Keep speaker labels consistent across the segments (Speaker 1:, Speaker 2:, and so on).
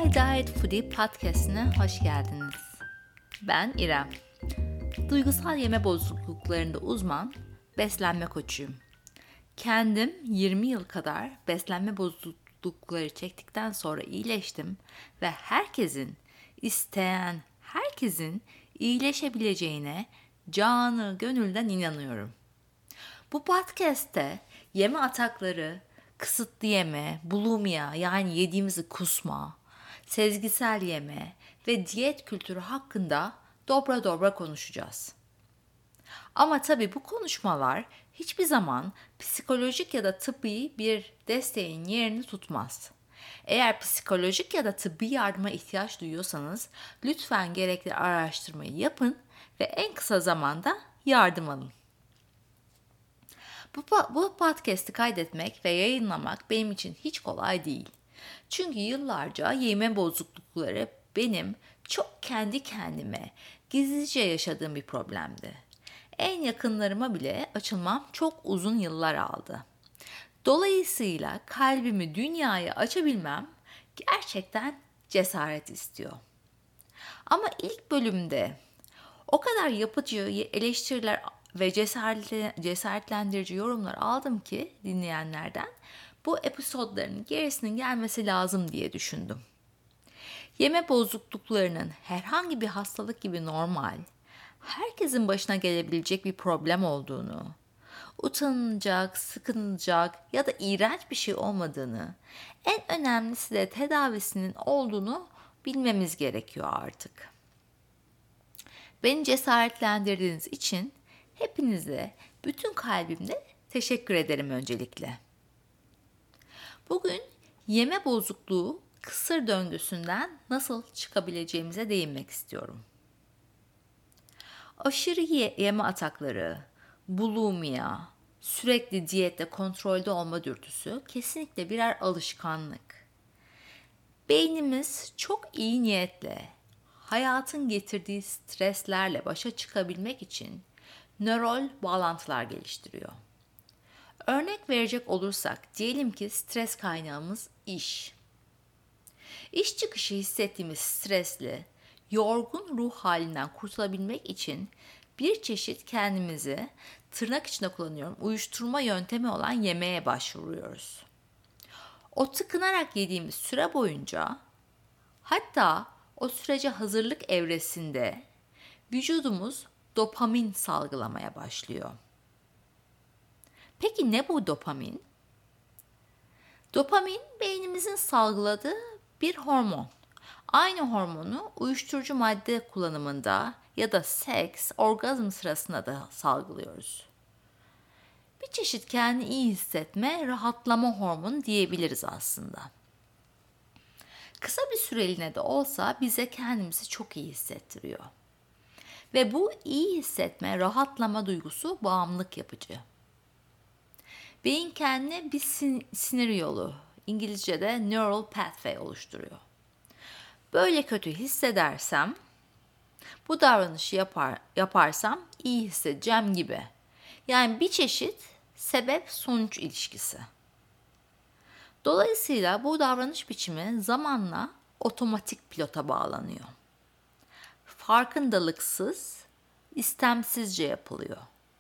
Speaker 1: Fly Diet Foodie Podcast'ine hoş geldiniz. Ben İrem. Duygusal yeme bozukluklarında uzman, beslenme koçuyum. Kendim 20 yıl kadar beslenme bozuklukları çektikten sonra iyileştim ve herkesin iyileşebileceğine canı gönülden inanıyorum. Bu podcast'te yeme atakları, kısıtlı yeme, bulimia yani yediğimizi kusma, sezgisel yeme ve diyet kültürü hakkında dobra dobra konuşacağız. Ama tabii bu konuşmalar hiçbir zaman psikolojik ya da tıbbi bir desteğin yerini tutmaz. Eğer psikolojik ya da tıbbi yardıma ihtiyaç duyuyorsanız lütfen gerekli araştırmayı yapın ve en kısa zamanda yardım alın. Bu podcast'i kaydetmek ve yayınlamak benim için hiç kolay değil. Çünkü yıllarca yeme bozuklukları benim çok kendi kendime gizlice yaşadığım bir problemdi. En yakınlarıma bile açılmam çok uzun yıllar aldı. Dolayısıyla kalbimi dünyaya açabilmem gerçekten cesaret istiyor. Ama ilk bölümde o kadar yapıcı eleştiriler ve cesaretlendirici yorumlar aldım ki dinleyenlerden bu episodların gerisinin gelmesi lazım diye düşündüm. Yeme bozukluklarının herhangi bir hastalık gibi normal, herkesin başına gelebilecek bir problem olduğunu, utanılacak, sıkılacak ya da iğrenç bir şey olmadığını, en önemlisi de tedavisinin olduğunu bilmemiz gerekiyor artık. Beni cesaretlendirdiğiniz için hepinize bütün kalbimle teşekkür ederim öncelikle. Bugün yeme bozukluğu kısır döngüsünden nasıl çıkabileceğimize değinmek istiyorum. Aşırı yeme atakları, bulimia, sürekli diyette kontrolde olma dürtüsü kesinlikle birer alışkanlık. Beynimiz çok iyi niyetle hayatın getirdiği streslerle başa çıkabilmek için nöral bağlantılar geliştiriyor. Örnek verecek olursak diyelim ki stres kaynağımız iş. İş çıkışı hissettiğimiz stresli, yorgun ruh halinden kurtulabilmek için bir çeşit kendimizi tırnak içinde kullanıyorum uyuşturma yöntemi olan yemeğe başvuruyoruz. O tıkınarak yediğimiz süre boyunca hatta o sürece hazırlık evresinde vücudumuz dopamin salgılamaya başlıyor. Peki ne bu dopamin? Dopamin beynimizin salgıladığı bir hormon. Aynı hormonu uyuşturucu madde kullanımında ya da seks, orgazm sırasında da salgılıyoruz. Bir çeşit kendini iyi hissetme, rahatlama hormonu diyebiliriz aslında. Kısa bir süreliğine de olsa bize kendimizi çok iyi hissettiriyor. Ve bu iyi hissetme, rahatlama duygusu bağımlılık yapıcı. Beyin kendine bir sinir yolu, İngilizce'de neural pathway oluşturuyor. Böyle kötü hissedersem, bu davranışı yaparsam iyi hissedeceğim gibi. Yani bir çeşit sebep-sonuç ilişkisi. Dolayısıyla bu davranış biçimi zamanla otomatik pilota bağlanıyor. Farkındalıksız, istemsizce yapılıyor.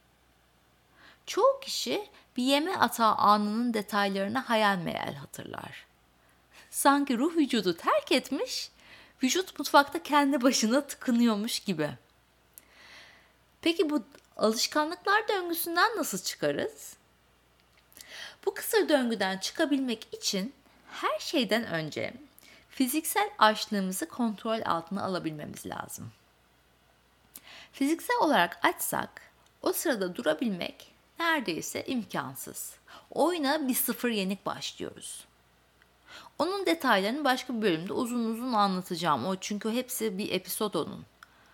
Speaker 1: Çoğu kişi bir yeme atağı anının detaylarını hayal meyal hatırlar. Sanki ruh vücudu terk etmiş, vücut mutfakta kendi başına tıkınıyormuş gibi. Peki bu alışkanlıklar döngüsünden nasıl çıkarız? Bu kısır döngüden çıkabilmek için her şeyden önce fiziksel açlığımızı kontrol altına alabilmemiz lazım. Fiziksel olarak açsak o sırada durabilmek neredeyse imkansız. Oyuna bir sıfır yenik başlıyoruz. Onun detaylarını başka bir bölümde uzun uzun anlatacağım. Çünkü hepsi bir episod onun.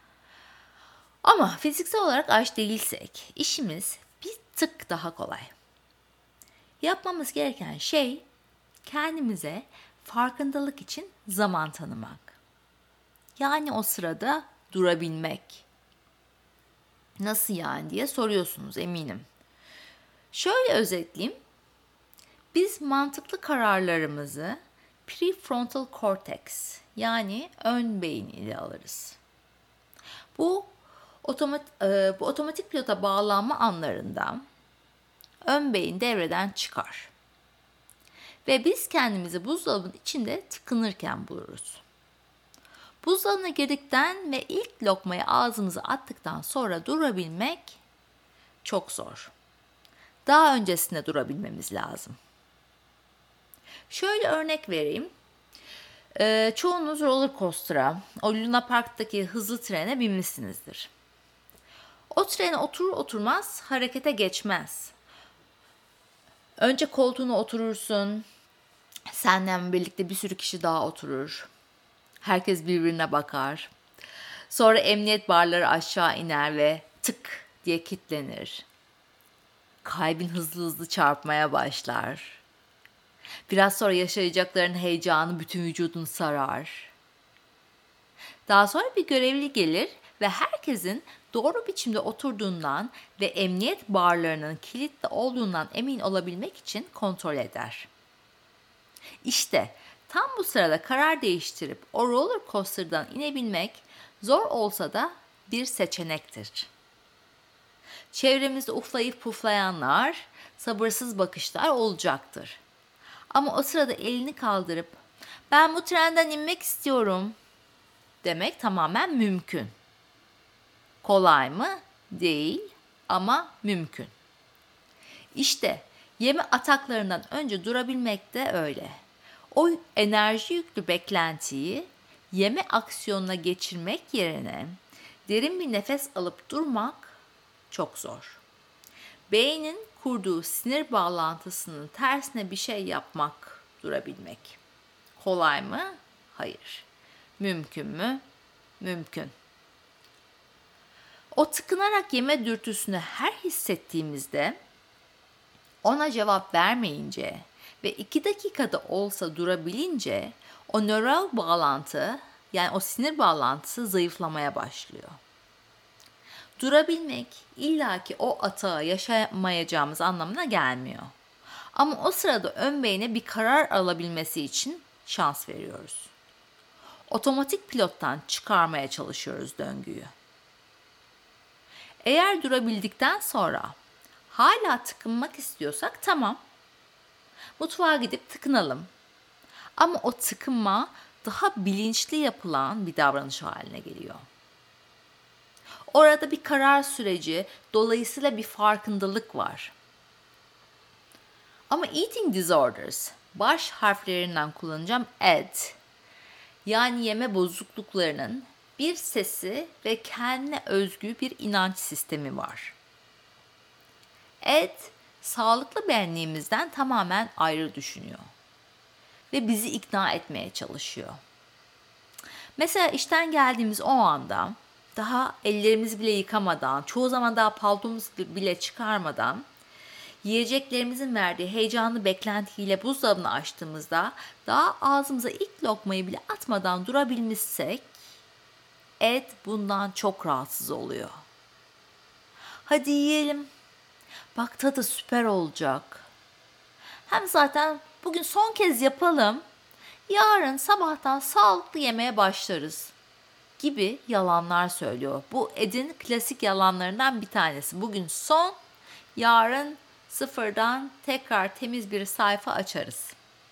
Speaker 1: Ama fiziksel olarak aç değilsek işimiz bir tık daha kolay. Yapmamız gereken şey kendimize farkındalık için zaman tanımak. Yani o sırada durabilmek. Nasıl yani diye soruyorsunuz eminim. Şöyle özetleyeyim. Biz mantıklı kararlarımızı prefrontal cortex yani ön beyin ile alırız. Bu otomatik pilota bağlanma anlarında ön beyin devreden çıkar. Ve biz kendimizi buzdolabının içinde tıkınırken buluruz. Buzdolabına girdikten ve ilk lokmayı ağzımıza attıktan sonra durabilmek çok zor. Daha öncesinde durabilmemiz lazım. Şöyle örnek vereyim. Çoğunuz roller coaster'a, o Luna Park'taki hızlı trene binmişsinizdir. O trene oturur oturmaz harekete geçmez. Önce koltuğuna oturursun, senden birlikte bir sürü kişi daha oturur. Herkes birbirine bakar. Sonra emniyet barları aşağı iner ve tık diye kilitlenir. Kalbin hızlı hızlı çarpmaya başlar. Biraz sonra yaşayacakların heyecanı bütün vücudunu sarar. Daha sonra bir görevli gelir ve herkesin doğru biçimde oturduğundan ve emniyet barlarının kilitli olduğundan emin olabilmek için kontrol eder. İşte tam bu sırada karar değiştirip o roller coaster'dan inebilmek zor olsa da bir seçenektir. Çevremizde uflayıp puflayanlar, sabırsız bakışlar olacaktır. Ama o sırada elini kaldırıp "Ben bu trenden inmek istiyorum." demek tamamen mümkün. Kolay mı? Değil ama mümkün. İşte yeme ataklarından önce durabilmek de öyle. O enerji yüklü beklentiyi yeme aksiyonuna geçirmek yerine derin bir nefes alıp durmak çok zor. Beynin kurduğu sinir bağlantısının tersine bir şey yapmak, durabilmek. Kolay mı? Hayır. Mümkün mü? Mümkün. O tıkınarak yeme dürtüsünü her hissettiğimizde ona cevap vermeyince ve 2 dakikada olsa durabilince o nöral bağlantı yani o sinir bağlantısı zayıflamaya başlıyor. Durabilmek illaki o atağı yaşamayacağımız anlamına gelmiyor. Ama o sırada ön beyne bir karar alabilmesi için şans veriyoruz. Otomatik pilottan çıkarmaya çalışıyoruz döngüyü. Eğer durabildikten sonra hala tıkınmak istiyorsak tamam. Mutfağa gidip tıkınalım. Ama o tıkınma daha bilinçli yapılan bir davranış haline geliyor. Orada bir karar süreci, dolayısıyla bir farkındalık var. Ama eating disorders, baş harflerinden kullanacağım ED, yani yeme bozukluklarının bir sesi ve kendine özgü bir inanç sistemi var. ED, sağlıklı benliğimizden tamamen ayrı düşünüyor ve bizi ikna etmeye çalışıyor. Mesela işten geldiğimiz o anda, daha ellerimizi bile yıkamadan, çoğu zaman daha paltomuzu bile çıkarmadan, yiyeceklerimizin verdiği heyecanlı beklentiyle buzdolabını açtığımızda daha ağzımıza ilk lokmayı bile atmadan durabilmişsek, et bundan çok rahatsız oluyor. Hadi yiyelim. Bak tadı süper olacak. Hem zaten bugün son kez yapalım. Yarın sabahtan sağlıklı yemeye başlarız gibi yalanlar söylüyor. Bu Ed'in klasik yalanlarından bir tanesi. Bugün son, yarın sıfırdan tekrar temiz bir sayfa açarız.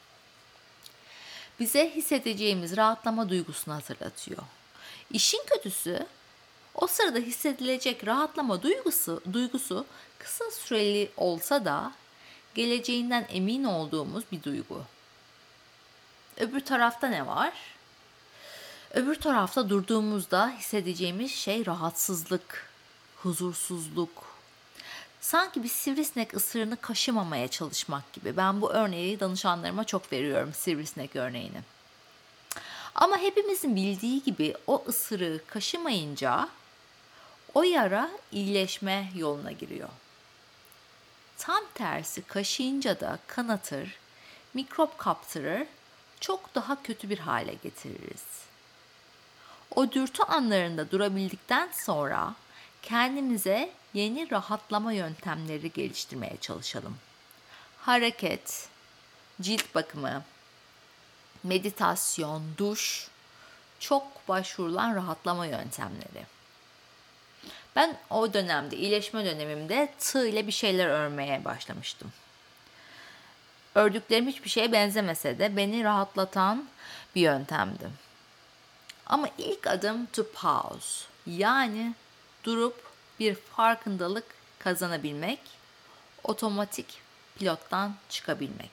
Speaker 1: Bize hissedeceğimiz rahatlama duygusunu hatırlatıyor. İşin kötüsü, o sırada hissedilecek rahatlama duygusu kısa süreli olsa da geleceğinden emin olduğumuz bir duygu. Öbür tarafta ne var? Öbür tarafta durduğumuzda hissedeceğimiz şey rahatsızlık, huzursuzluk. Sanki bir sivrisinek ısırığını kaşımamaya çalışmak gibi. Ben bu örneği danışanlarıma çok veriyorum, sivrisinek örneğini. Ama hepimizin bildiği gibi o ısırığı kaşımayınca o yara iyileşme yoluna giriyor. Tam tersi kaşıyınca da kanatır, mikrop kaptırır, çok daha kötü bir hale getiririz. O dürtü anlarında durabildikten sonra kendimize yeni rahatlama yöntemleri geliştirmeye çalışalım. Hareket, cilt bakımı, meditasyon, duş çok başvurulan rahatlama yöntemleri. Ben o dönemde, iyileşme dönemimde tığ ile bir şeyler örmeye başlamıştım. Ördüklerim hiçbir şeye benzemese de beni rahatlatan bir yöntemdi. Ama ilk adım to pause, yani durup bir farkındalık kazanabilmek, otomatik pilottan çıkabilmek.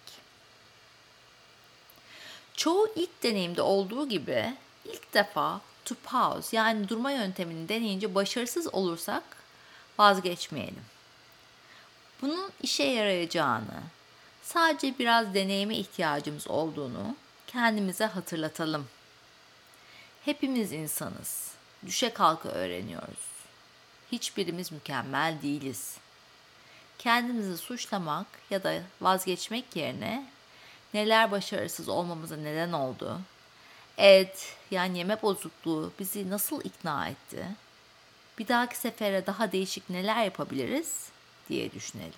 Speaker 1: Çoğu ilk deneyimde olduğu gibi ilk defa to pause, yani durma yöntemini deneyince başarısız olursak vazgeçmeyelim. Bunun işe yarayacağını, sadece biraz deneyime ihtiyacımız olduğunu kendimize hatırlatalım. Hepimiz insanız. Düşe kalka öğreniyoruz. Hiçbirimiz mükemmel değiliz. Kendimizi suçlamak ya da vazgeçmek yerine neler başarısız olmamıza neden oldu? Yani yeme bozukluğu bizi nasıl ikna etti? Bir dahaki sefere daha değişik neler yapabiliriz diye düşünelim.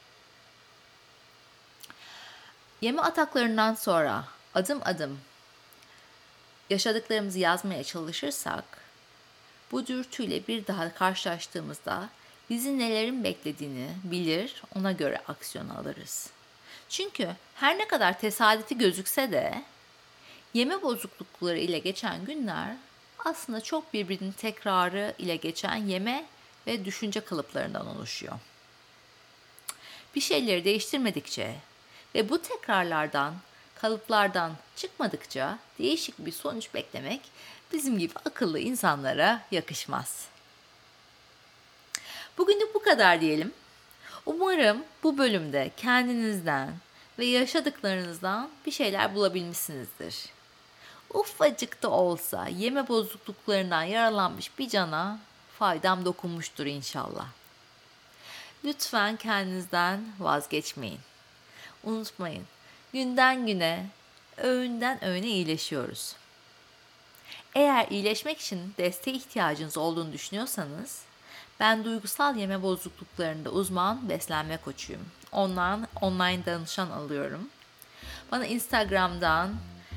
Speaker 1: Yeme ataklarından sonra adım adım yaşadıklarımızı yazmaya çalışırsak, bu dürtüyle bir daha karşılaştığımızda bizi nelerin beklediğini bilir, ona göre aksiyon alırız. Çünkü her ne kadar tesadüfi gözükse de yeme bozuklukları ile geçen günler aslında çok birbirinin tekrarı ile geçen yeme ve düşünce kalıplarından oluşuyor. Bir şeyleri değiştirmedikçe ve bu tekrarlardan, kalıplardan çıkmadıkça değişik bir sonuç beklemek bizim gibi akıllı insanlara yakışmaz. Bugünlük bu kadar diyelim. Umarım bu bölümde kendinizden ve yaşadıklarınızdan bir şeyler bulabilmişsinizdir. Ufacık da olsa yeme bozukluklarından yaralanmış bir cana faydam dokunmuştur inşallah. Lütfen kendinizden vazgeçmeyin. Unutmayın, günden güne, öğünden öğüne iyileşiyoruz. Eğer iyileşmek için desteğe ihtiyacınız olduğunu düşünüyorsanız, ben duygusal yeme bozukluklarında uzman beslenme koçuyum. Online danışan alıyorum. Bana Instagram'dan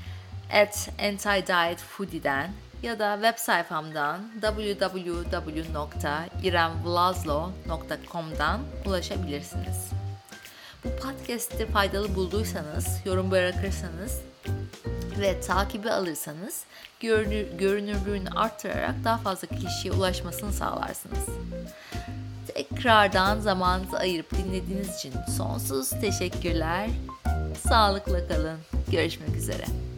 Speaker 1: @antidietfoodie'den ya da web sayfamdan www.iremvlazlo.com'dan ulaşabilirsiniz. Bu podcast'i faydalı bulduysanız, yorum bırakırsanız ve takibi alırsanız görünürlüğünü arttırarak daha fazla kişiye ulaşmasını sağlarsınız. Tekrardan zamanınızı ayırıp dinlediğiniz için sonsuz teşekkürler. Sağlıkla kalın. Görüşmek üzere.